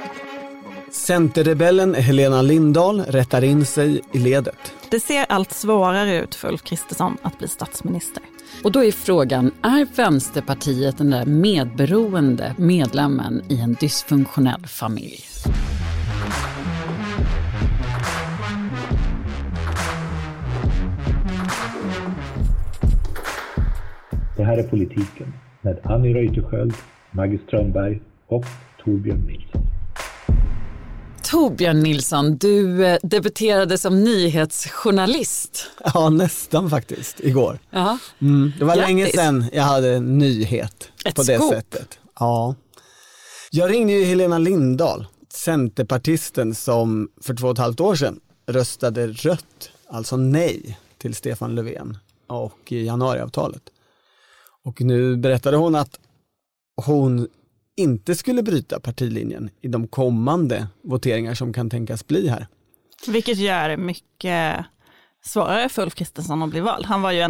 Centerrebellen Helena Lindahl rättar in sig i ledet. Det ser allt svårare ut för Ulf Kristersson att bli statsminister. Och då är frågan, är Vänsterpartiet den där medberoende medlemmen i en dysfunktionell familj? Det här är Politiken med Annie Reuterskiöld, Maggie Strömberg och Torbjörn Nilsson. Torbjörn Nilsson, du debuterade som nyhetsjournalist. Ja, nästan faktiskt, igår. Ja. Det var Grattis. länge sedan jag hade en nyhet Ett på det scoop. sättet. Ja. Jag ringde ju Helena Lindahl, centerpartisten som för 2,5 år sedan röstade rött, alltså nej, till Stefan Löfven och i januariavtalet. Och nu berättade hon att hon inte skulle bryta partilinjen i de kommande voteringar som kan tänkas bli här. Vilket gör det mycket svårare för Ulf Kristersson att bli vald.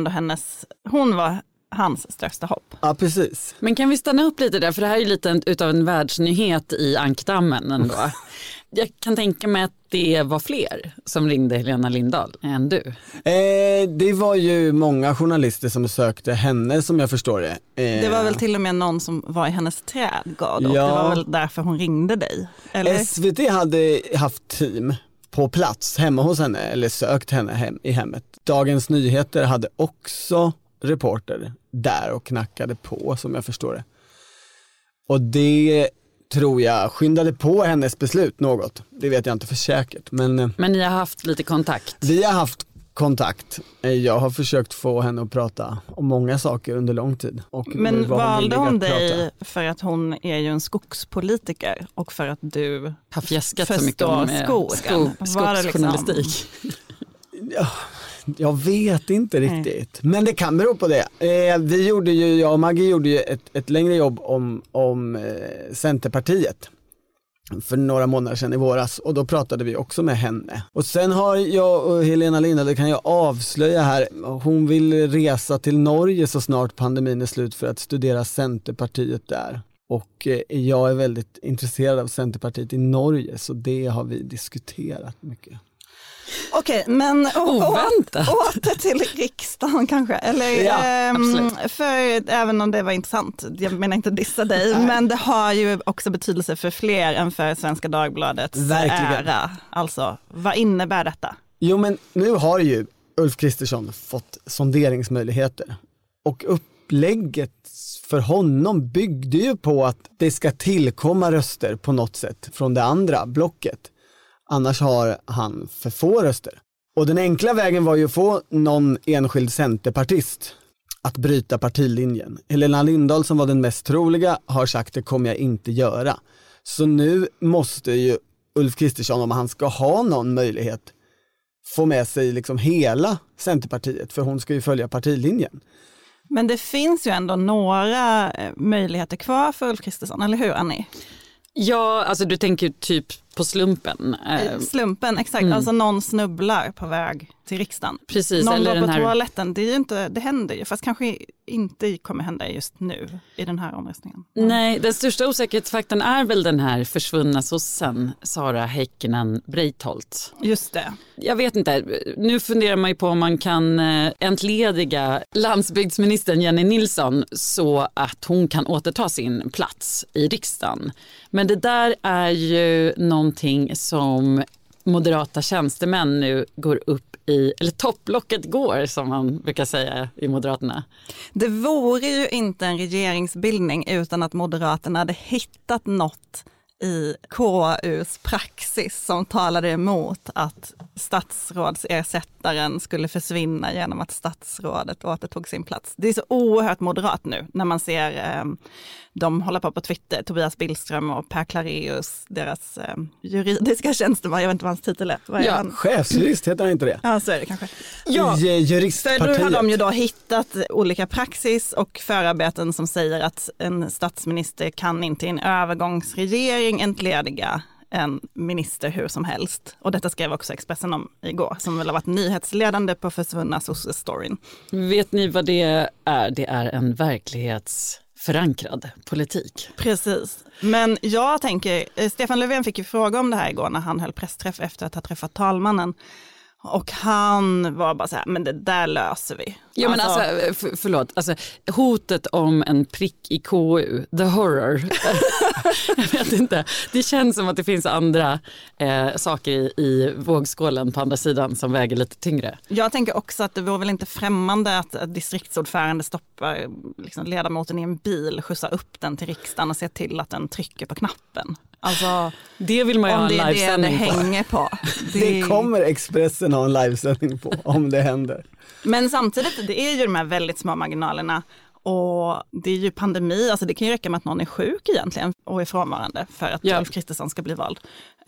Hon var hans största hopp. Ja, precis. Men kan vi stanna upp lite där, för det här är ju lite utav en världsnyhet i ankdammen ändå. Jag kan tänka mig att det var fler som ringde Helena Lindahl än du. Det var ju många journalister som sökte henne, som jag förstår det. Det var väl till och med någon som var i hennes trädgård och Ja. det var väl därför hon ringde dig, eller? SVT hade haft team på plats hemma hos henne, eller sökt henne hem i hemmet. Dagens Nyheter hade också reporter där och knackade på, som jag förstår det. Och det tror jag skyndade på hennes beslut något. Det vet jag inte för säkert. Men ni har haft lite kontakt? Vi har haft kontakt. Jag har försökt få henne att prata om många saker under lång tid. Men valde hon dig för att hon är ju en skogspolitiker och för att du har fjäskat så mycket om skogsjournalistik? Ja, jag vet inte riktigt. Men det kan bero på det. Jag och Maggie gjorde ju ett längre jobb om Centerpartiet för några månader sedan i våras. Och då pratade vi också med henne. Och sen har jag och Helena Lindahl, det kan jag avslöja här, hon vill resa till Norge så snart pandemin är slut för att studera Centerpartiet där. Och jag är väldigt intresserad av Centerpartiet i Norge, så det har vi diskuterat mycket. Okej, men oväntat. Åter till riksdagen kanske. Eller, Ja, för även om det var intressant, jag menar inte dissa dig, men det har ju också betydelse för fler än för Svenska Dagbladets ära. Alltså, vad innebär detta? Jo, men nu har ju Ulf Kristersson fått sonderingsmöjligheter. Och upplägget för honom byggde ju på att det ska tillkomma röster på något sätt från det andra blocket. Annars har han för få röster. Och den enkla vägen var ju att få någon enskild centerpartist att bryta partilinjen. Helena Lindahl, som var den mest troliga, har sagt det kommer jag inte göra. Så nu måste ju Ulf Kristersson, om han ska ha någon möjlighet, få med sig liksom hela Centerpartiet, för hon ska ju följa partilinjen. Men det finns ju ändå några möjligheter kvar för Ulf Kristersson, eller hur, Annie? Ja, alltså du tänker typ på slumpen. Slumpen, exakt. Alltså någon snubblar på väg till riksdagen. Precis. Någon eller går på den här... toaletten. Det är ju inte, det händer ju. Fast kanske inte kommer hända just nu i den här omröstningen. Nej, den största osäkerhetsfaktorn är väl den här försvunna sossen Sara Heikkinen Breitholt. Just det. Jag vet inte. Nu funderar man ju på om man kan entlediga landsbygdsministern Jenny Nilsson så att hon kan återta sin plats i riksdagen. Men det där är ju någonting som moderata tjänstemän nu går upp i, eller topplocket går som man brukar säga i Moderaterna. Det vore ju inte en regeringsbildning utan att Moderaterna hade hittat något i KUs praxis som talade emot att statsrådsersättaren skulle försvinna genom att statsrådet återtog sin plats. Det är så oerhört moderat nu när man ser de håller på Twitter, Tobias Billström och Per Clareus, deras juridiska tjänsteman, jag vet inte vad hans titel är. Vad är han? Chefsjurist heter han inte det? Ja, så är det kanske. Ja, i juristpartiet. Då har de ju då hittat olika praxis och förarbeten som säger att en statsminister kan inte i en övergångsregering entlediga en minister hur som helst. Och detta skrev också Expressen om igår, som väl har varit nyhetsledande på försvunna sosse-storyn. Vet ni vad det är? Det är en verklighets förankrad politik. Precis. Men jag tänker, Stefan Löfven fick ju fråga om det här igår när han höll pressträff efter att ha träffat talmannen. Och han var bara så här, men det där löser vi. Ja, men alltså, förlåt, alltså, hotet om en prick i KU, the horror. Jag vet inte, det känns som att det finns andra saker i vågskålen på andra sidan som väger lite tyngre. Jag tänker också att det vore väl inte främmande att distriktsordförande stoppar liksom, ledamoten i en bil, skjutsar upp den till riksdagen och ser till att den trycker på knappen. Alltså, det vill man ju ha en livesändning på. Om det hänger på. Det kommer Expressen ha en livesändning på om det händer. Men samtidigt, det är ju de här väldigt små marginalerna och det är ju pandemi, alltså det kan ju räcka med att någon är sjuk egentligen och är frånvarande för att Ulf Kristersson ska bli vald.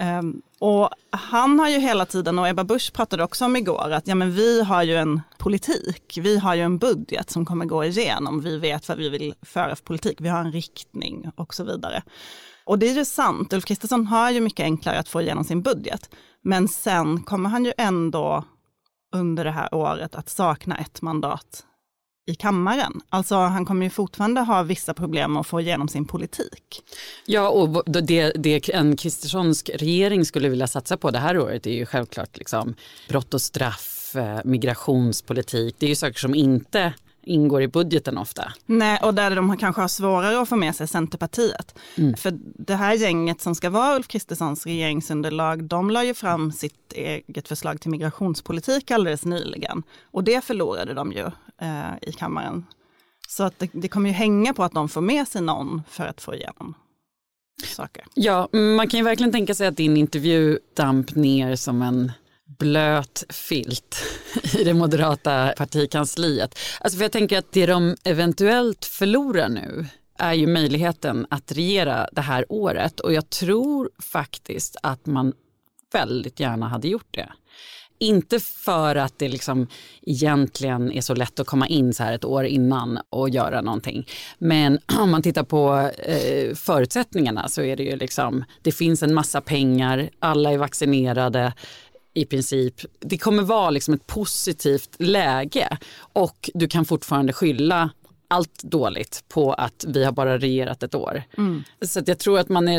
Och han har ju hela tiden, och Ebba Busch pratade också om igår, att ja, men vi har ju en politik, vi har ju en budget som kommer gå igenom, vi vet vad vi vill föra för politik, vi har en riktning och så vidare. Och det är ju sant, Ulf Kristersson har ju mycket enklare att få igenom sin budget, men sen kommer han ju ändå under det här året att sakna ett mandat i kammaren. Alltså han kommer ju fortfarande ha vissa problem att få igenom sin politik. Ja, och det en Kristerssonsk regering skulle vilja satsa på det här året är ju självklart liksom brott och straff, migrationspolitik. Det är ju saker som inte ingår i budgeten ofta. Nej, och där de kanske har svårare att få med sig Centerpartiet. För det här gänget som ska vara Ulf Kristerssons regeringsunderlag, de la ju fram sitt eget förslag till migrationspolitik alldeles nyligen. Och det förlorade de ju i kammaren. Så att det kommer ju hänga på att de får med sig någon för att få igenom saker. Ja, man kan ju verkligen tänka sig att din intervju damp ner som en blöt filt i det moderata partikansliet. Alltså för jag tänker att det de eventuellt förlorar nu är ju möjligheten att regera det här året, och jag tror faktiskt att man väldigt gärna hade gjort det. Inte för att det liksom egentligen är så lätt att komma in så här ett år innan och göra någonting. Men om man tittar på förutsättningarna så är det ju liksom, det finns en massa pengar, alla är vaccinerade i princip. Det kommer vara liksom ett positivt läge, och du kan fortfarande skylla allt dåligt på att vi har bara regerat ett år. Så att jag tror att man är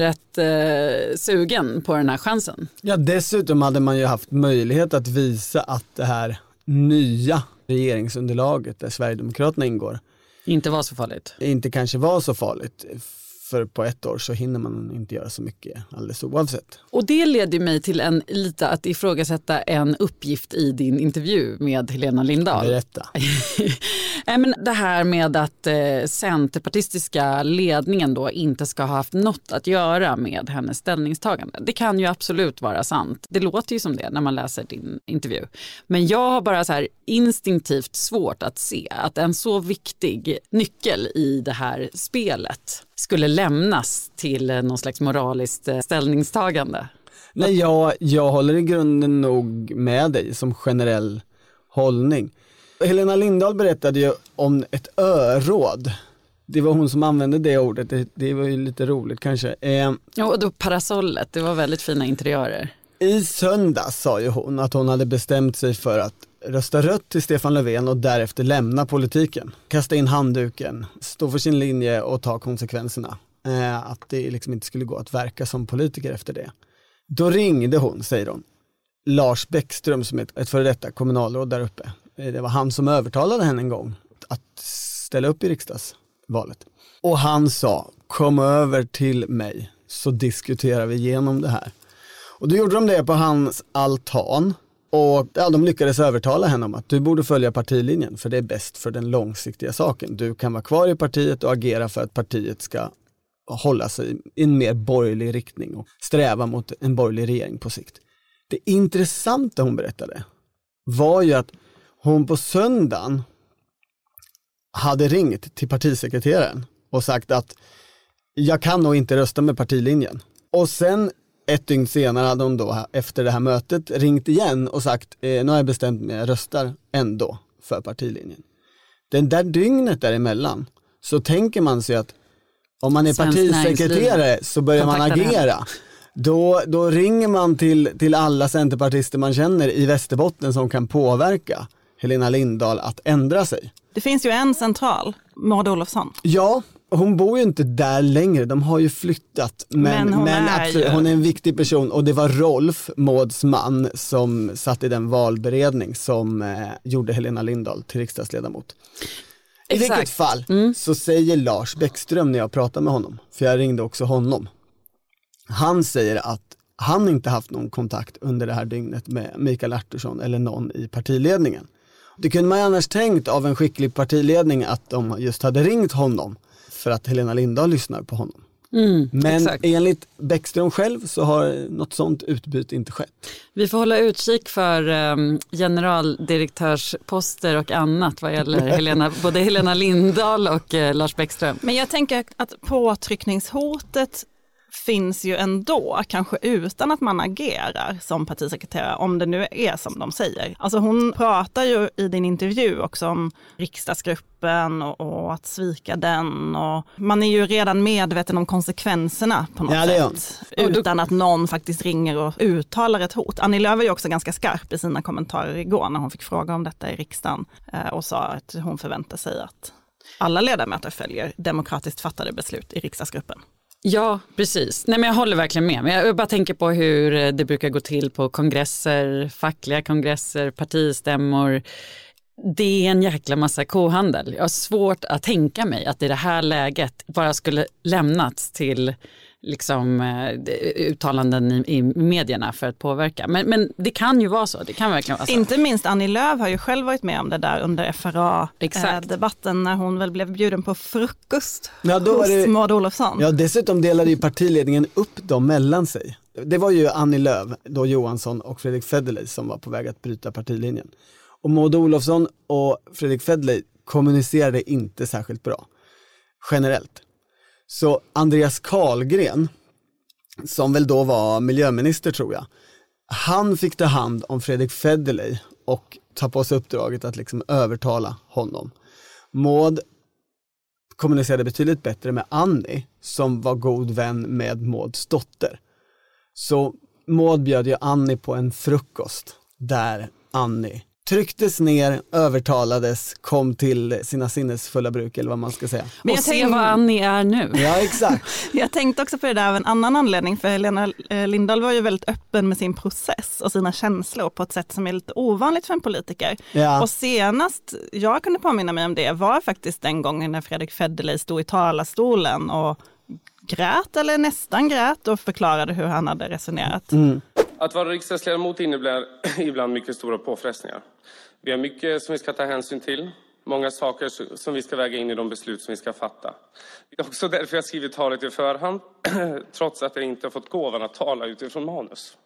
rätt sugen på den här chansen. Ja, dessutom hade man ju haft möjlighet att visa att det här nya regeringsunderlaget där Sverigedemokraterna ingår inte var så farligt. Inte kanske var så farligt. För på ett år så hinner man inte göra så mycket alldeles oavsett. Och det leder mig till lite att ifrågasätta en uppgift i din intervju med Helena Lindahl. Berätta. Men det här med att centerpartistiska ledningen då inte ska ha haft något att göra med hennes ställningstagande. Det kan ju absolut vara sant. Det låter ju som det när man läser din intervju. Men jag har bara så här instinktivt svårt att se att en så viktig nyckel i det här spelet skulle lämnas till någon slags moraliskt ställningstagande. Nej, jag håller i grunden nog med dig som generell hållning. Helena Lindahl berättade ju om ett öråd. Det var hon som använde det ordet. Det var ju lite roligt kanske. Ja, och då parasollet. Det var väldigt fina interiörer. I söndags sa ju hon att hon hade bestämt sig för att rösta rött till Stefan Löfven och därefter lämna politiken. Kasta in handduken, stå för sin linje och ta konsekvenserna. Att det liksom inte skulle gå att verka som politiker efter det. Då ringde hon, säger hon, Lars Bäckström som är ett före detta kommunalråd där uppe. Det var han som övertalade henne en gång att ställa upp i riksdagsvalet. Och han sa, kom över till mig så diskuterar vi igenom det här. Och då gjorde de det på hans altan. Och ja, de lyckades övertala henne om att du borde följa partilinjen för det är bäst för den långsiktiga saken. Du kan vara kvar i partiet och agera för att partiet ska hålla sig i en mer borgerlig riktning och sträva mot en borgerlig regering på sikt. Det intressanta hon berättade var ju att hon på söndagen hade ringt till partisekreteraren och sagt att jag kan nog inte rösta med partilinjen. Och sen ett dygn senare hade hon då efter det här mötet ringt igen och sagt nu har jag bestämt mig, jag röstar ändå för partilinjen. Den där dygnet däremellan så tänker man sig att om man är partisekreterare så börjar man agera. Då ringer man till alla centerpartister man känner i Västerbotten som kan påverka Helena Lindahl att ändra sig. Det finns ju en central, Maud Olofsson. Ja, hon bor ju inte där längre, de har ju flyttat. Men hon är en viktig person, och det var Rolf, Mauds man, som satt i den valberedning som gjorde Helena Lindahl till riksdagsledamot. I vilket fall så säger Lars Bäckström, när jag pratar med honom, för jag ringde också honom, han säger att han inte haft någon kontakt under det här dygnet med Mikael Artursson eller någon i partiledningen. Det kunde man annars tänkt av en skicklig partiledning att de just hade ringt honom för att Helena Lindahl lyssnar på honom. Men enligt Bäckström själv så har något sånt utbyte inte skett. Vi får hålla utkik för generaldirektörsposter och annat vad gäller både Helena Lindahl och Lars Bäckström. Men jag tänker att påtryckningshotet finns ju ändå, kanske utan att man agerar som partisekreterare, om det nu är som de säger. Alltså hon pratar ju i din intervju också om riksdagsgruppen och att svika den, och man är ju redan medveten om konsekvenserna på något sätt, utan att någon faktiskt ringer och uttalar ett hot. Annie Lööf är ju också ganska skarp i sina kommentarer igår när hon fick fråga om detta i riksdagen och sa att hon förväntar sig att alla ledamöter följer demokratiskt fattade beslut i riksdagsgruppen. Ja, precis. Nej, men jag håller verkligen med. Men jag bara tänker på hur det brukar gå till på kongresser, fackliga kongresser, partistämmor. Det är en jäkla massa kohandel. Jag har svårt att tänka mig att i det här läget bara skulle lämnats till liksom uttalanden i medierna för att påverka. Men det kan ju vara så. Det kan verkligen vara så. Inte minst Annie Lööf har ju själv varit med om det där under FRA-debatten när hon väl blev bjuden på frukost hos Maud Olofsson. Ja, dessutom delade ju partiledningen upp dem mellan sig. Det var ju Annie Lööf, då Johansson och Fredrik Federley som var på väg att bryta partilinjen. Och Maud Olofsson och Fredrik Federley kommunicerade inte särskilt bra, generellt. Så Andreas Carlgren, som väl då var miljöminister tror jag, han fick ta hand om Fredrik Federley och ta på sig uppdraget att liksom övertala honom. Maud kommunicerade betydligt bättre med Annie, som var god vän med Mauds dotter. Så Maud bjöd ju Annie på en frukost där Annie trycktes ner, övertalades, kom till sina sinnesfulla bruk eller vad man ska säga. Men jag se vad Annie är nu. Ja, exakt. Jag tänkte också på det där av en annan anledning, för Helena Lindahl var ju väldigt öppen med sin process och sina känslor på ett sätt som är lite ovanligt för en politiker. Ja. Och senast jag kunde påminna mig om det var faktiskt den gången när Fredrik Federley stod i talarstolen och grät eller nästan grät och förklarade hur han hade resonerat. Att vara riksdagsledamot innebär ibland mycket stora påfrestningar. Vi har mycket som vi ska ta hänsyn till. Många saker som vi ska väga in i de beslut som vi ska fatta. Det är också därför jag skrivit talet i förhand, trots att jag inte har fått gåvan att tala utifrån manus.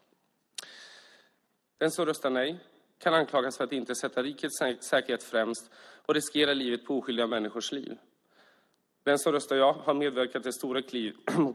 Den som röstar nej kan anklagas för att inte sätta rikets säkerhet främst och riskera livet på oskyldiga människors liv. Den som röstar ja har medverkat till stora kliv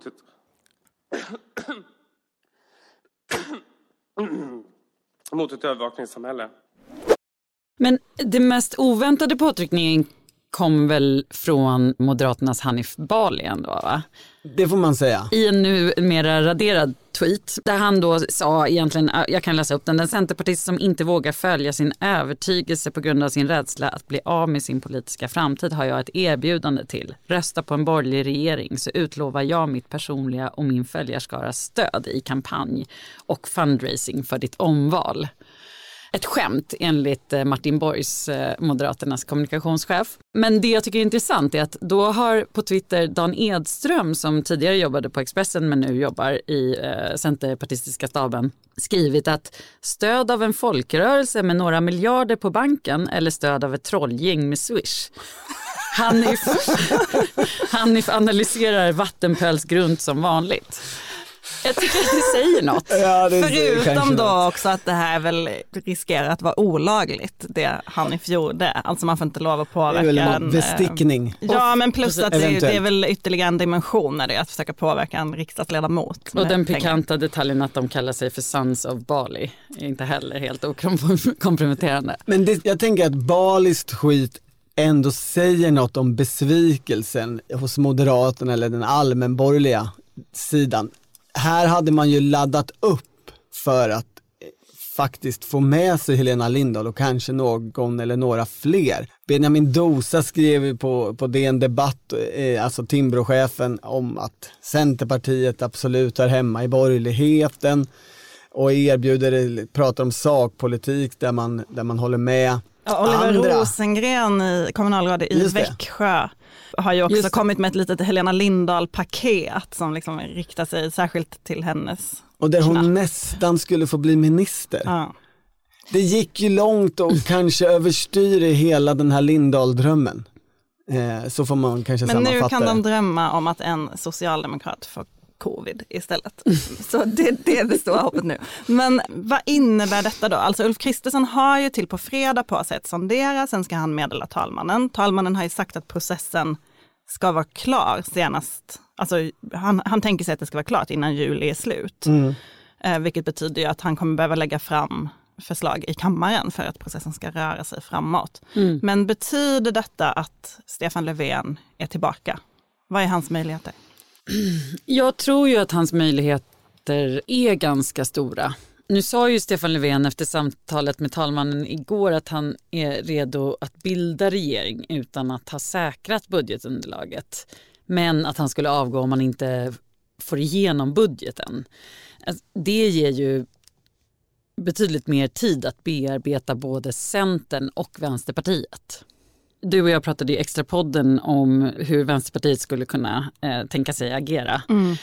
mot ett övervakningssamhälle. Men det mest oväntade påtryckningen kom väl från Moderaternas Hanif Bali ändå, va? Det får man säga. I en nu mera raderad tweet där han då sa egentligen, jag kan läsa upp den centerpartist som inte vågar följa sin övertygelse på grund av sin rädsla att bli av med sin politiska framtid har jag ett erbjudande till. Rösta på en borgerlig regering så utlovar jag mitt personliga och min följarskaras stöd i kampanj och fundraising för ditt omval. Ett skämt enligt Martin Borgs, Moderaternas kommunikationschef. Men det jag tycker är intressant är att då har på Twitter Dan Edström, som tidigare jobbade på Expressen men nu jobbar i centerpartistiska staben, skrivit att stöd av en folkrörelse med några miljarder på banken eller stöd av ett trollgäng med Swish. Hanif analyserar vattenpölsgrund som vanligt. Jag tycker att det säger något. Ja, förutom då också att det här väl riskerar att vara olagligt, det Hanif gjorde. Alltså man får inte lov att påverka. Det är väl en bestickning. Ja, men plus att det är väl ytterligare en dimension när det är att försöka påverka en riksdagsledamot. Och den pikanta detaljen att de kallar sig för Sons of Bali är inte heller helt okomprometterande. Men jag tänker att Balis skit ändå säger något om besvikelsen hos Moderaterna eller den allmänborgerliga sidan. Här hade man ju laddat upp för att faktiskt få med sig Helena Lindahl och kanske någon eller några fler. Benjamin Dosa skrev på DN Debatt, alltså Timbrochefen, om att Centerpartiet absolut är hemma i borgerligheten och pratar om sakpolitik där man håller med. Ja, Oliver Rosengren, kommunalrådet i Växjö, har ju också kommit med ett litet Helena Lindahl-paket som liksom riktar sig särskilt till hennes. Och där hon nästan skulle få bli minister. Ja. Det gick ju långt och kanske överstyr i hela den här Lindahl-drömmen. Så får man kanske sammanfatta. Men nu kan de drömma om att en socialdemokrat får covid istället. Så det består hoppet nu. Men vad innebär detta då? Alltså Ulf Kristersson har ju till på fredag på sig att sondera, sen ska han meddela talmannen. Talmannen har ju sagt att processen ska vara klar senast. Alltså han tänker sig att det ska vara klart innan juli är slut. Vilket betyder ju att han kommer behöva lägga fram förslag i kammaren för att processen ska röra sig framåt. Men betyder detta att Stefan Löfven är tillbaka? Vad är hans möjligheter? Jag tror ju att hans möjligheter är ganska stora. Nu sa ju Stefan Löfven efter samtalet med talmannen igår att han är redo att bilda regering utan att ha säkrat budgetunderlaget. Men att han skulle avgå om man inte får igenom budgeten. Det ger ju betydligt mer tid att bearbeta både Centern och Vänsterpartiet. Du och jag pratade i Extrapodden om hur Vänsterpartiet skulle kunna tänka sig agera.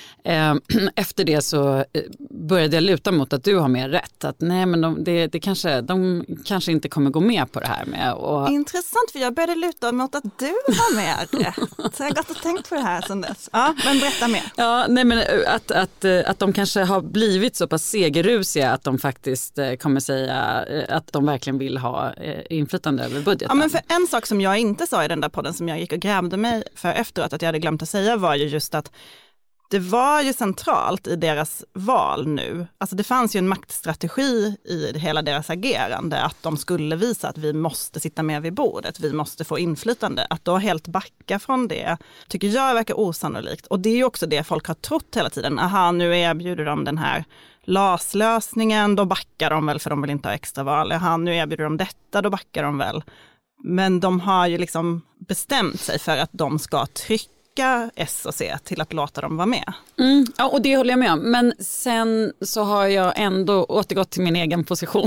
Efter det så började jag luta mot att du har mer rätt. Att nej, men de kanske inte kommer gå med på det här med. Intressant, för jag började luta mot att du har mer rätt. Så jag har gått och tänkt på det här sedan dess. Ja, men berätta mer. Ja, nej, men att de kanske har blivit så pass segerrusiga att de faktiskt kommer säga att de verkligen vill ha inflytande över budgeten. Ja, men för en sak som jag inte sa i den där podden som jag gick och grävde mig för efteråt att jag hade glömt att säga var ju just att det var ju centralt i deras val nu. Alltså det fanns ju en maktstrategi i hela deras agerande att de skulle visa att vi måste sitta med vid bordet, vi måste få inflytande. Att då helt backa från det tycker jag verkar osannolikt. Och det är ju också det folk har trott hela tiden. Aha, nu erbjuder de den här LAS-lösningen, då backar de väl för de vill inte ha extraval. Aha, nu erbjuder de detta, då backar de väl. Men de har ju liksom bestämt sig för att de ska trycka S och C till att låta dem vara med. Ja, och det håller jag med om. Men sen så har jag ändå återgått till min egen position.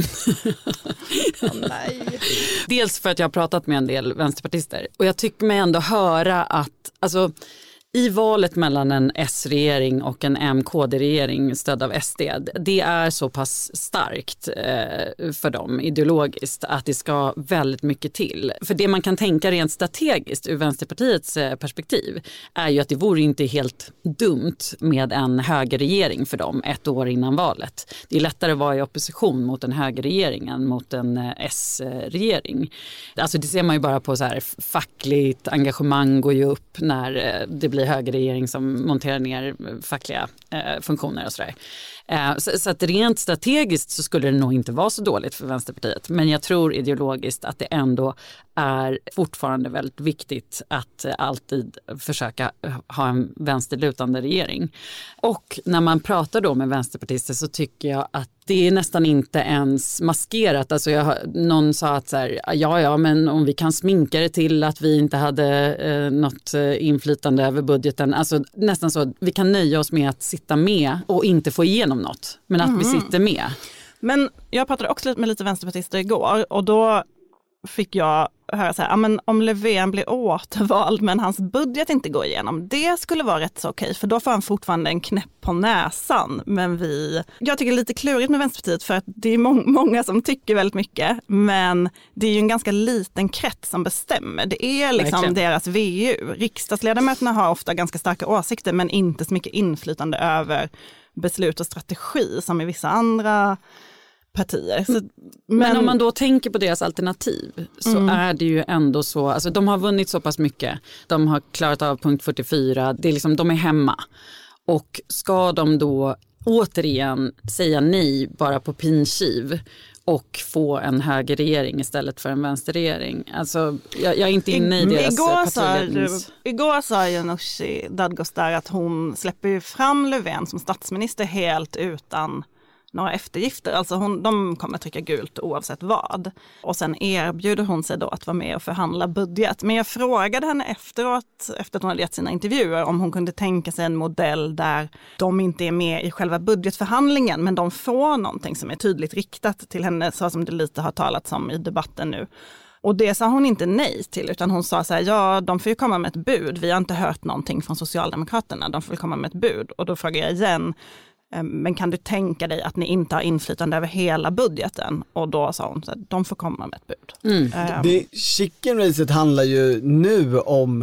Nej. Dels för att jag har pratat med en del vänsterpartister. Och jag tycker mig ändå höra att alltså, i valet mellan en S-regering och en MKD-regering stödd av SD, det är så pass starkt för dem ideologiskt att det ska väldigt mycket till. För det man kan tänka rent strategiskt ur Vänsterpartiets perspektiv är ju att det vore inte helt dumt med en högerregering för dem ett år innan valet. Det är lättare att vara i opposition mot en högerregering än mot en S-regering. Alltså det ser man ju bara på så här, fackligt engagemang går ju upp när det blir högerregering som monterar ner fackliga funktioner och sådär. Så att rent strategiskt så skulle det nog inte vara så dåligt för Vänsterpartiet. Men jag tror ideologiskt att det ändå är fortfarande väldigt viktigt att alltid försöka ha en vänsterlutande regering. Och när man pratar då med vänsterpartister så tycker jag att det är nästan inte ens maskerat. Alltså någon sa att så här, ja, men om vi kan sminka det till att vi inte hade något inflytande över budgeten. Alltså nästan så att vi kan nöja oss med att sitta med och inte få igenom något. Men att vi sitter med. Men jag pratade också med lite vänsterpartister igår och då fick jag höra så här, men om Löfven blir återvald men hans budget inte går igenom, det skulle vara rätt så okej, för då får han fortfarande en knäpp på näsan. Men jag tycker det är lite klurigt med Vänsterpartiet för att det är många som tycker väldigt mycket, men det är ju en ganska liten krets som bestämmer. Det är liksom verkligen deras VU. Riksdagsledamöterna har ofta ganska starka åsikter men inte så mycket inflytande över beslut och strategi som i vissa andra partier. Men om man då tänker på deras alternativ så är det ju ändå så, alltså de har vunnit så pass mycket. De har klarat av punkt 44, det är liksom, de är hemma. Och ska de då återigen säga nej bara på pinkiv och få en högerregering istället för en vänsterregering? Alltså jag är inte inne i deras partilednings... Igår sa ju Nooshi Dadgostar att hon släpper ju fram Löfven som statsminister helt utan några eftergifter. Alltså de kommer trycka gult oavsett vad. Och sen erbjuder hon sig då att vara med och förhandla budget. Men jag frågade henne efteråt, efter att hon hade gett sina intervjuer, om hon kunde tänka sig en modell där de inte är med i själva budgetförhandlingen, men de får någonting som är tydligt riktat till henne, så som det lite har talats om i debatten nu. Och det sa hon inte nej till, utan hon sa så här, ja, de får ju komma med ett bud. Vi har inte hört någonting från Socialdemokraterna, de får väl komma med ett bud. Och då frågar jag igen, men kan du tänka dig att ni inte har inflytande över hela budgeten? Och då sa hon så här, de får komma med ett bud. Chicken racet handlar ju nu om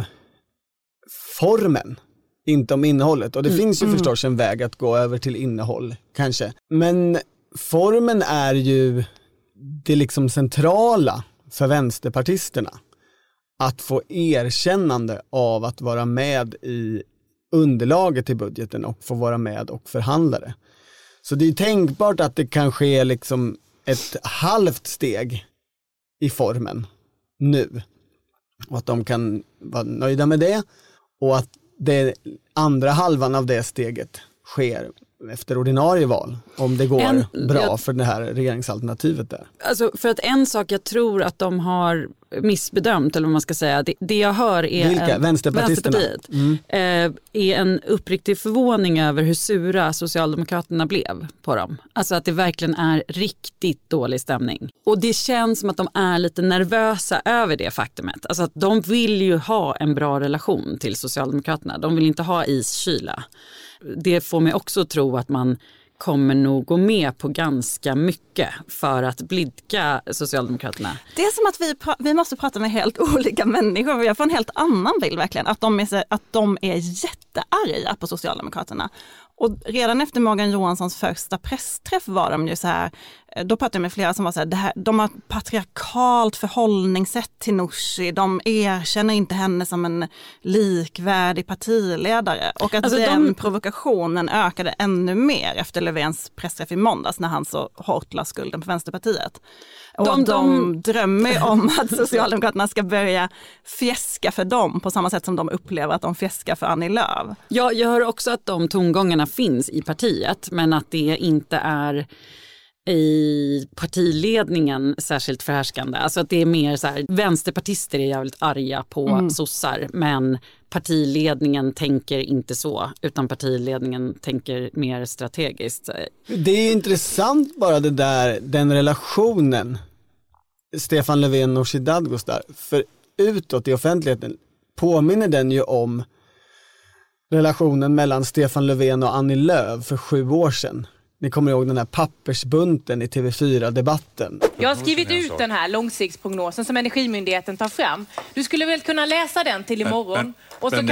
formen, inte om innehållet. Och det finns ju förstås en väg att gå över till innehåll, kanske. Men formen är ju det liksom centrala för vänsterpartisterna. Att få erkännande av att vara med i underlaget i budgeten och få vara med och förhandla det. Så det är tänkbart att det kan ske liksom ett halvt steg i formen nu. Och att de kan vara nöjda med det. Och att det andra halvan av det steget sker efter ordinarie val, om det går bra för det här regeringsalternativet där. Alltså för att en sak jag tror att de har missbedömt, eller vad man ska säga, det jag hör är vilka? Vänsterpartiet är en uppriktig förvåning över hur sura Socialdemokraterna blev på dem. Alltså att det verkligen är riktigt dålig stämning. Och det känns som att de är lite nervösa över det faktumet. Alltså att de vill ju ha en bra relation till Socialdemokraterna. De vill inte ha iskyla. Det får mig också att tro att man kommer nog gå med på ganska mycket för att blidka Socialdemokraterna. Det är som att vi måste prata med helt olika människor. Jag får en helt annan bild verkligen. Att de är jättearga på Socialdemokraterna. Och redan efter Morgan Johanssons första pressträff var de ju så här, då pratade jag med flera som var så här, de har patriarkalt förhållningssätt till Nooshi, de erkänner inte henne som en likvärdig partiledare. Och att den provokationen ökade ännu mer efter Löfvens pressträff i måndags när han så hårt la skulden på Vänsterpartiet. Och de drömmer om att Socialdemokraterna ska börja fjäska för dem på samma sätt som de upplever att de fjäskar för Annie Lööf. Ja, jag hör också att de tongångarna finns i partiet, men att det inte är i partiledningen särskilt förhärskande. Alltså att det är mer så här, vänsterpartister är jävligt arga på sossar, men partiledningen tänker inte så, utan partiledningen tänker mer strategiskt. Det är intressant bara den relationen Stefan Löfven och Nooshi Dadgostar, för utåt i offentligheten påminner den ju om relationen mellan Stefan Löfven och Annie Lööf för 7 år sedan. Ni kommer ihåg den här pappersbunten i TV4-debatten. Jag har skrivit ut den här långsiktsprognosen som Energimyndigheten tar fram. Du skulle väl kunna läsa den till imorgon? Och så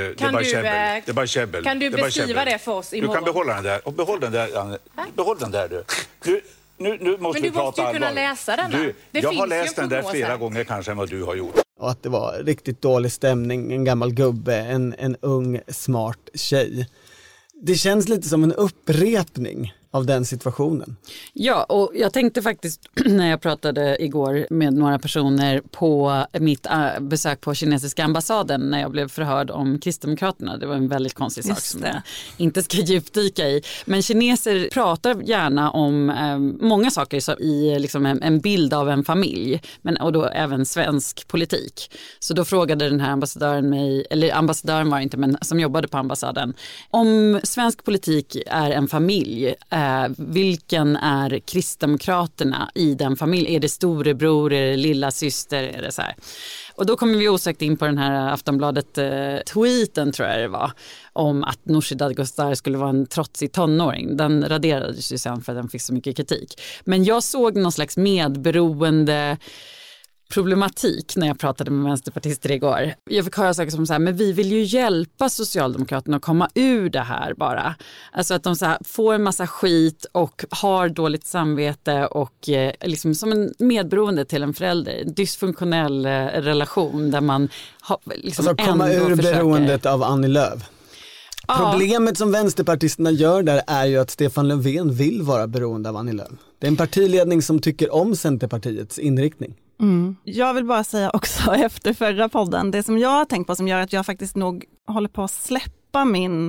kan du beskriva det för oss imorgon. Du kan behålla den där. Och behåll den där du. Nu måste vi prata allvar. Men du måste ju kunna läsa den. Jag har läst den där flera gånger kanske än vad du har gjort. Och att det var riktigt dålig stämning, en gammal gubbe, en ung smart tjej. Det känns lite som en upprepning av den situationen. Ja, och jag tänkte faktiskt när jag pratade igår med några personer på mitt besök på kinesiska ambassaden när jag blev förhörd om Kristdemokraterna. Det var en väldigt konstig sak som jag inte ska djupdyka i. Men kineser pratar gärna om många saker i liksom en bild av en familj, och då även svensk politik. Så då frågade den här ambassadören mig, eller ambassadören var inte, men som jobbade på ambassaden, om svensk politik är en familj, vilken är Kristdemokraterna i den familjen? Är det storebror, är det lilla syster, är det så här? Och då kommer vi osökt in på den här Aftonbladet-tweeten, tror jag det var, om att Nooshi Dadgostar skulle vara en trotsig tonåring. Den raderades ju sen för att den fick så mycket kritik. Men jag såg någon slags medberoende problematik när jag pratade med vänsterpartister igår. Jag fick höra saker som så här, men vi vill ju hjälpa Socialdemokraterna att komma ur det här bara. Alltså att de så här får en massa skit och har dåligt samvete och liksom som en medberoende till en förälder. En dysfunktionell relation där man liksom alltså komma ur beroendet av Annie Lööf. Problemet som vänsterpartisterna gör där är ju att Stefan Löfven vill vara beroende av Annie Lööf. Det är en partiledning som tycker om Centerpartiets inriktning. Jag vill bara säga också efter förra podden, det som jag har tänkt på som gör att jag faktiskt nog håller på att släppa min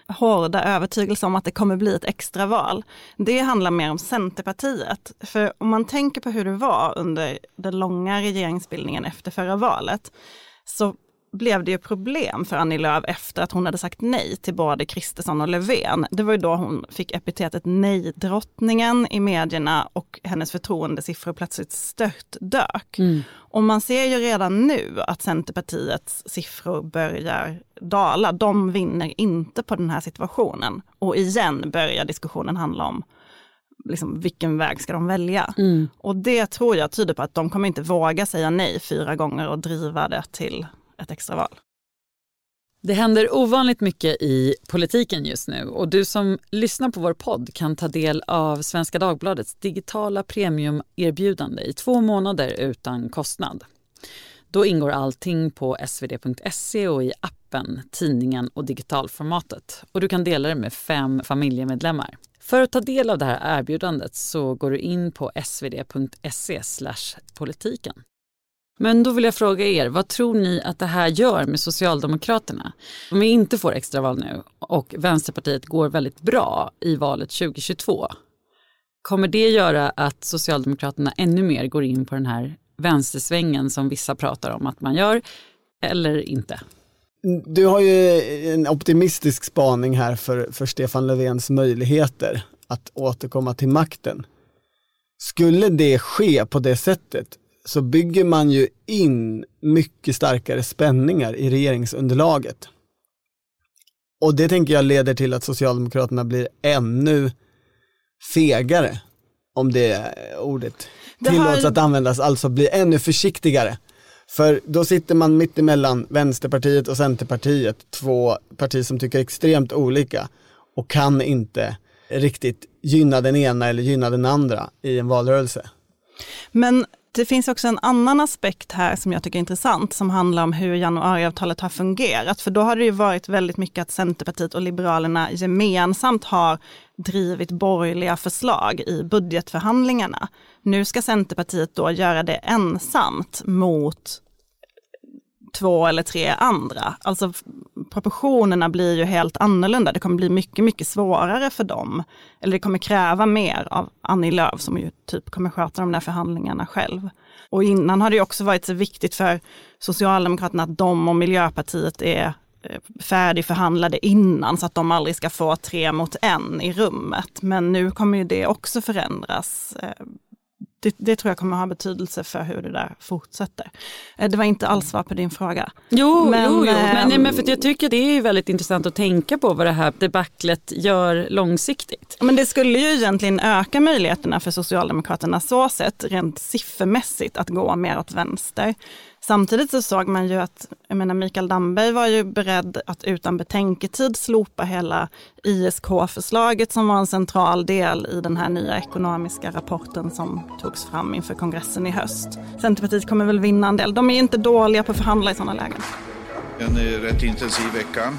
hårda övertygelse om att det kommer bli ett extraval. Det handlar mer om Centerpartiet. För om man tänker på hur det var under den långa regeringsbildningen efter förra valet, så blev det ju problem för Annie Lööf efter att hon hade sagt nej till både Kristersson och Löfven. Det var ju då hon fick epitetet nej-drottningen i medierna och hennes förtroendesiffror plötsligt störtdök. Och man ser ju redan nu att Centerpartiets siffror börjar dala. De vinner inte på den här situationen. Och igen börjar diskussionen handla om liksom, vilken väg ska de välja. Och det tror jag tyder på att de kommer inte våga säga nej 4 gånger och driva det till ett extraval. Det händer ovanligt mycket i politiken just nu och du som lyssnar på vår podd kan ta del av Svenska Dagbladets digitala premiumerbjudande i 2 månader utan kostnad. Då ingår allting på svd.se och i appen, tidningen och digitalformatet. Och du kan dela det med 5 familjemedlemmar. För att ta del av det här erbjudandet så går du in på svd.se/politiken. Men då vill jag fråga er, vad tror ni att det här gör med Socialdemokraterna? Om vi inte får extraval nu och Vänsterpartiet går väldigt bra i valet 2022, kommer det göra att Socialdemokraterna ännu mer går in på den här vänstersvängen som vissa pratar om att man gör, eller inte? Du har ju en optimistisk spaning här för Stefan Löfvens möjligheter att återkomma till makten. Skulle det ske på det sättet så bygger man ju in mycket starkare spänningar i regeringsunderlaget. Och det tänker jag leder till att Socialdemokraterna blir ännu fegare, om det ordet tillåts att användas, alltså blir ännu försiktigare. För då sitter man mitt emellan Vänsterpartiet och Centerpartiet, 2 partier som tycker extremt olika och kan inte riktigt gynna den ena eller gynna den andra i en valrörelse. Men det finns också en annan aspekt här som jag tycker är intressant som handlar om hur januariavtalet har fungerat. För då har det ju varit väldigt mycket att Centerpartiet och Liberalerna gemensamt har drivit borgerliga förslag i budgetförhandlingarna. Nu ska Centerpartiet då göra det ensamt mot 2 eller 3 andra. Alltså proportionerna blir ju helt annorlunda. Det kommer bli mycket, mycket svårare för dem. Eller det kommer kräva mer av Annie Lööf som ju typ kommer sköta de där förhandlingarna själv. Och innan har det ju också varit så viktigt för Socialdemokraterna att de och Miljöpartiet är färdigförhandlade innan så att de aldrig ska få 3 mot 1 i rummet. Men nu kommer ju det också förändras. Det tror jag kommer ha betydelse för hur det där fortsätter. Det var inte alls svar på din fråga. Jo. Men för jag tycker det är väldigt intressant att tänka på vad det här debaclet gör långsiktigt. Men det skulle ju egentligen öka möjligheterna för Socialdemokraterna så sätt rent siffermässigt att gå mer åt vänster. Samtidigt så såg man ju att Mikael Damberg var ju beredd att utan betänketid slopa hela ISK-förslaget som var en central del i den här nya ekonomiska rapporten som togs fram inför kongressen i höst. Centerpartiet kommer väl vinna en del. De är inte dåliga på att förhandla i sådana lägen. En rätt intensiv vecka.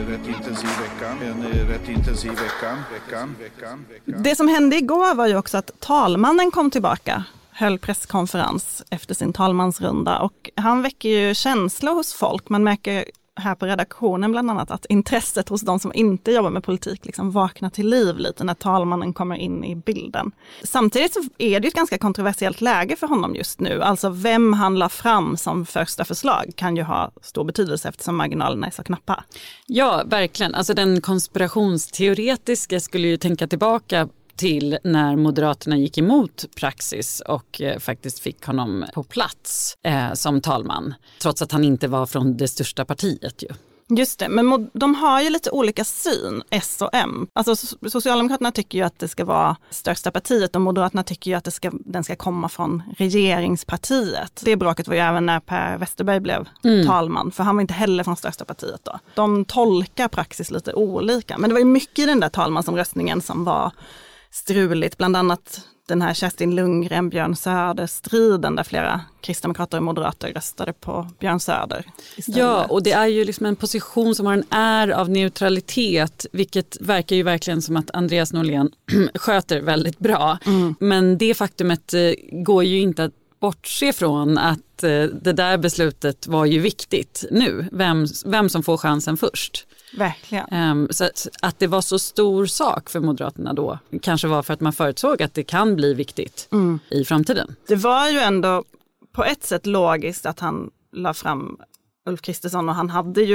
Det som hände igår var ju också att talmannen kom tillbaka. Höll presskonferens efter sin talmansrunda och han väcker ju känslor hos folk. Man märker här på redaktionen bland annat att intresset hos de som inte jobbar med politik liksom vaknar till liv lite när talmannen kommer in i bilden. Samtidigt så är det ett ganska kontroversiellt läge för honom just nu. Alltså vem han la fram som första förslag kan ju ha stor betydelse eftersom marginalerna är så knappa. Ja, verkligen. Alltså den konspirationsteoretiska skulle ju tänka tillbaka till när Moderaterna gick emot praxis och faktiskt fick honom på plats som talman. Trots att han inte var från det största partiet ju. Just det, men de har ju lite olika syn, S och M. Alltså Socialdemokraterna tycker ju att det ska vara största partiet och Moderaterna tycker ju att den ska komma från regeringspartiet. Det bråket var ju även när Per Westerberg blev talman, för han var inte heller från största partiet då. De tolkar praxis lite olika, men det var ju mycket i den där talmansomröstningen som var struligt, bland annat den här Kerstin Lundgren, Björn Söder-striden där flera kristdemokrater och moderater röstade på Björn Söder istället. Ja, och det är ju liksom en position som har en är av neutralitet, vilket verkar ju verkligen som att Andreas Norlén sköter väldigt bra. Men det faktumet går ju inte att bortse från att det där beslutet var ju viktigt nu, vem som får chansen först. Verkligen. Så att det var så stor sak för Moderaterna då kanske var för att man förutsåg att det kan bli viktigt i framtiden. Det var ju ändå på ett sätt logiskt att han la fram Ulf Kristersson och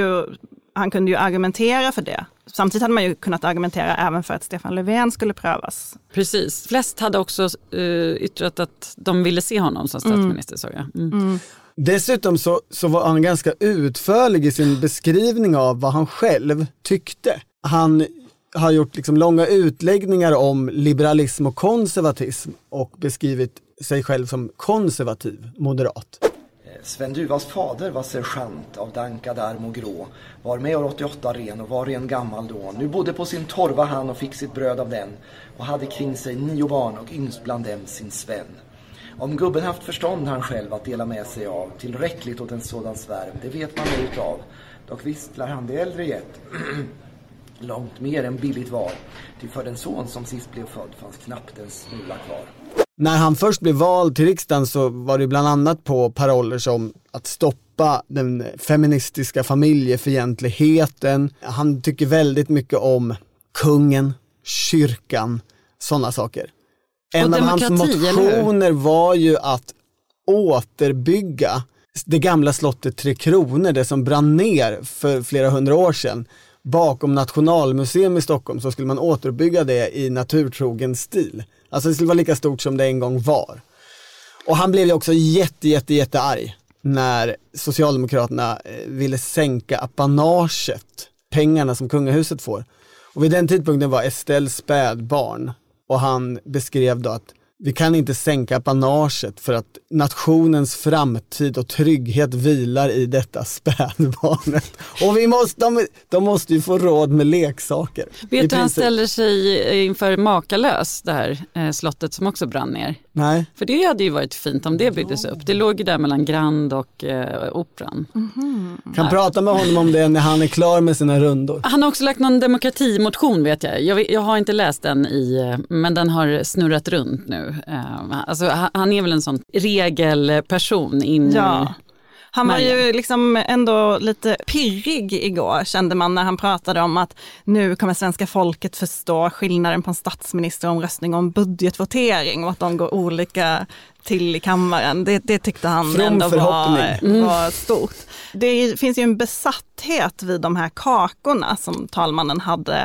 han kunde ju argumentera för det. Samtidigt hade man ju kunnat argumentera även för att Stefan Löfven skulle prövas. Precis. Flest hade också yttrat att de ville se honom som statsminister, såg jag. Dessutom så var han ganska utförlig i sin beskrivning av vad han själv tyckte. Han har gjort liksom långa utläggningar om liberalism och konservatism och beskrivit sig själv som konservativ moderat. Sven Duvas fader var sergeant av dankad arm och grå, var med år 88 ren och var ren gammal då. Nu bodde på sin torva han och fick sitt bröd av den och hade kring sig 9 barn och yngst bland dem sin Sven. Om gubben haft förstånd han själv att dela med sig av, tillräckligt åt en sådan svärm, det vet man ej utav. Dock visst lär han det äldre gett, långt mer än billigt var, till för den son som sist blev född fanns knappt en smula kvar. När han först blev vald till riksdagen så var det bland annat på paroller som att stoppa den feministiska familjefientligheten. Han tycker väldigt mycket om kungen, kyrkan, sådana saker. En av hans motioner var ju att återbygga det gamla slottet Tre Kronor, det som brann ner för flera hundra år sedan. Bakom Nationalmuseum i Stockholm så skulle man återbygga det i naturtrogen stil. Alltså det skulle vara lika stort som det en gång var. Och han blev ju också jättearg när Socialdemokraterna ville sänka apanaget, pengarna som kungahuset får. Och vid den tidpunkten var Estelle spädbarn och han beskrev då att vi kan inte sänka apanaget för att nationens framtid och trygghet vilar i detta spädbarnet. Och de måste ju få råd med leksaker. Vet du han ställer sig inför Makalös, det här slottet som också brann ner? Nej. För det hade ju varit fint om det byggdes upp. Det låg ju där mellan Grand och Operan. Kan prata med honom om det när han är klar med sina rundor. Han har också lagt någon demokratimotion, vet jag. Jag har inte läst den men den har snurrat runt nu. Alltså, han är väl en sån regelperson in. Ja. Han var ju liksom ändå lite pirrig igår, kände man, när han pratade om att nu kommer svenska folket förstå skillnaden på en statsministeromröstning och en budgetvotering och att de går olika till i kammaren. Det tyckte han ändå var stort. Det finns ju en besatthet vid de här kakorna som talmannen hade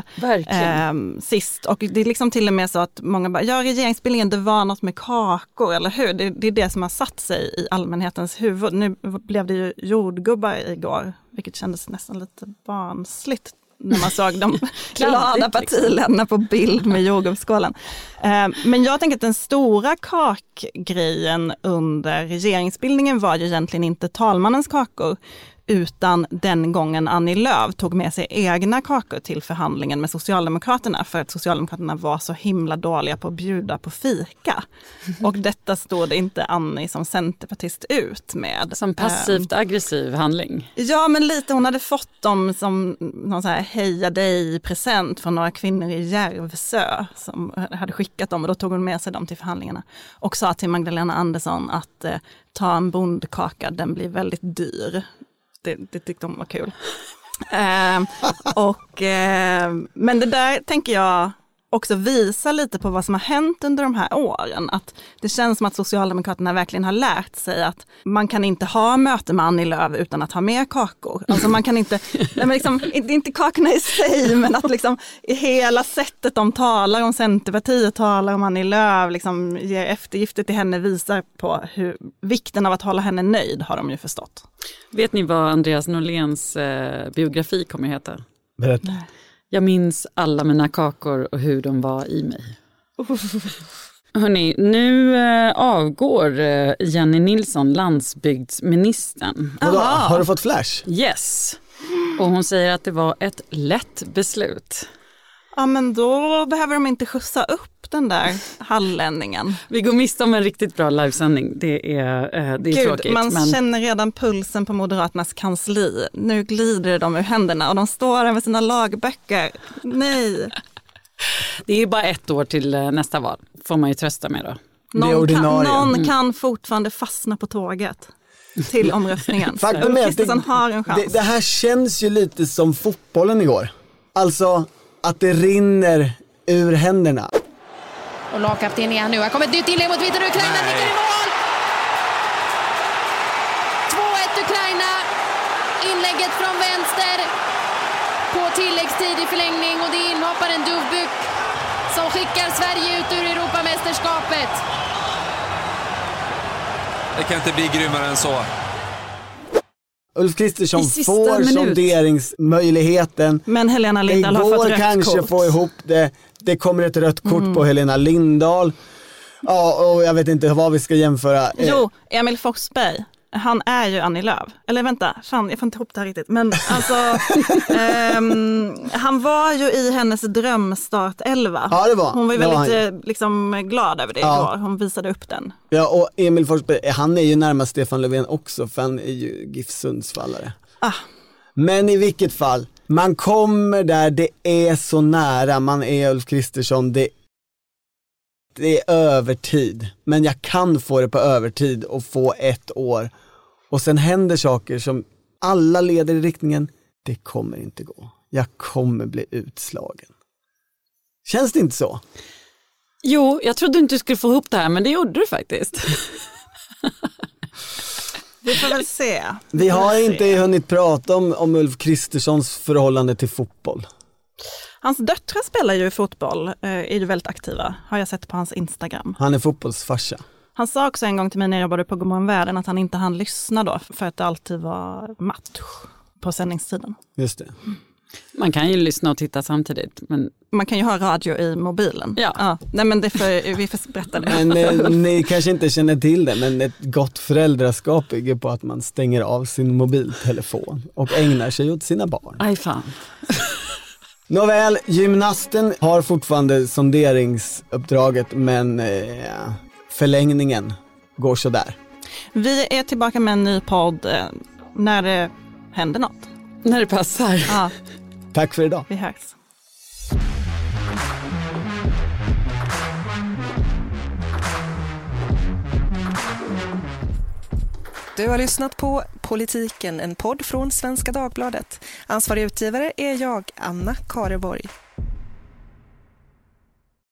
sist. Och det är liksom till och med så att många bara, ja, regeringsbildningen, det var något med kakor, eller hur? Det är det som har satt sig i allmänhetens huvud. Nu blev det ju jordgubbar igår, vilket kändes nästan lite barnsligt när man såg de glada partiledarna på bild med jordgubbsskålen. Men jag tänker att den stora kakgrejen under regeringsbildningen var ju egentligen inte talmannens kakor, utan den gången Annie Lööf tog med sig egna kakor till förhandlingen med Socialdemokraterna för att Socialdemokraterna var så himla dåliga på att bjuda på fika. Och detta stod inte Annie som centerpartist ut med. Som passivt aggressiv handling. Ja, men lite. Hon hade fått dem som någon så här heja dig-present från några kvinnor i Järvsö som hade skickat dem, och då tog hon med sig dem till förhandlingarna och sa till Magdalena Andersson att ta en bondkaka, den blir väldigt dyr. Det tyckte hon var kul. Men det där tänker jag också visar lite på vad som har hänt under de här åren. Att det känns som att Socialdemokraterna verkligen har lärt sig att man kan inte ha möte med Annie Lööf utan att ha med kakor. Alltså man kan inte, liksom, inte kakorna i sig, men att liksom i hela sättet de talar om Centerpartiet, talar om Annie Lööf, liksom ger eftergifter till henne, visar på vikten av att hålla henne nöjd, har de ju förstått. Vet ni vad Andreas Norléns biografi kommer att heta? Berätta. Jag minns alla mina kakor och hur de var i mig. Hörrni, nu avgår Jenny Nilsson, landsbygdsministern. Har du fått flash? Yes. Och hon säger att det var ett lätt beslut. Ja, men då behöver de inte skjutsa upp den där hallänningen. Vi går miste om en riktigt bra livesändning. Det är tråkigt. Man känner redan pulsen på Moderaternas kansli. Nu glider de ur händerna och de står där med sina lagböcker. Nej. Det är bara 1 år till nästa val. Får man ju trösta med då. Någon kan fortfarande fastna på tåget. till omröstningen. Faktum är att har en chans. Det här känns ju lite som fotbollen igår. Alltså att det rinner ur händerna. Och lagkapten är han nu. Här kommer ett nytt inlägg mot Vitryssland. Ukraina nickar i mål! 2-1 Ukraina. Inlägget från vänster på tilläggstid i förlängning. Och det är inhopparen Duvbyk som skickar Sverige ut ur Europamästerskapet. Det kan inte bli grymmare än så. Ulf Kristersson får sonderingsmöjligheten. Men Helena Lindahl har fått rött kanske kort. Få ihop det. Det kommer ett rött kort på Helena Lindahl. Ja, och jag vet inte vad vi ska jämföra. Jo, Emil Forsberg. Han är ju Annie Lööf. Eller vänta, fan, jag får inte ihop det här riktigt. Men alltså, han var ju i hennes drömstart 11. Ja, det var. Hon var ju väldigt liksom, glad över det igår. Hon visade upp den. Ja, och Emil Forsberg, han är ju närmast Stefan Löfven också, för han är ju GIF Sundsvallare. Men i vilket fall, man kommer där, det är så nära, man är Ulf Kristersson, det är övertid. Men jag kan få det på övertid och få 1 år. Och sen händer saker som alla leder i riktningen, det kommer inte gå. Jag kommer bli utslagen. Känns det inte så? Jo, jag trodde inte du skulle få ihop det här, men det gjorde du faktiskt. Vi får väl se. Vi har inte hunnit prata om Ulf Kristerssons förhållande till fotboll. Hans döttrar spelar ju fotboll, är ju väldigt aktiva, har jag sett på hans Instagram. Han är fotbollsfarsa. Han sa också en gång till mig när jag jobbade på Godmorgon Världen att han inte hann lyssna då, för att det alltid var match på sändningstiden. Just det. Man kan ju lyssna och titta samtidigt. Men man kan ju ha radio i mobilen. Ja. Nej, men vi får berätta det. Men ni kanske inte känner till det, men ett gott föräldraskap bygger på att man stänger av sin mobiltelefon och ägnar sig åt sina barn. Aj fan. Nåväl, gymnasten har fortfarande sonderingsuppdraget, men förlängningen går så där. Vi är tillbaka med en ny podd när det händer något. När det passar. Ja. Tack för idag. Vi hörs. Du har lyssnat på Politiken, en podd från Svenska Dagbladet. Ansvarig utgivare är jag, Anna Kareborg.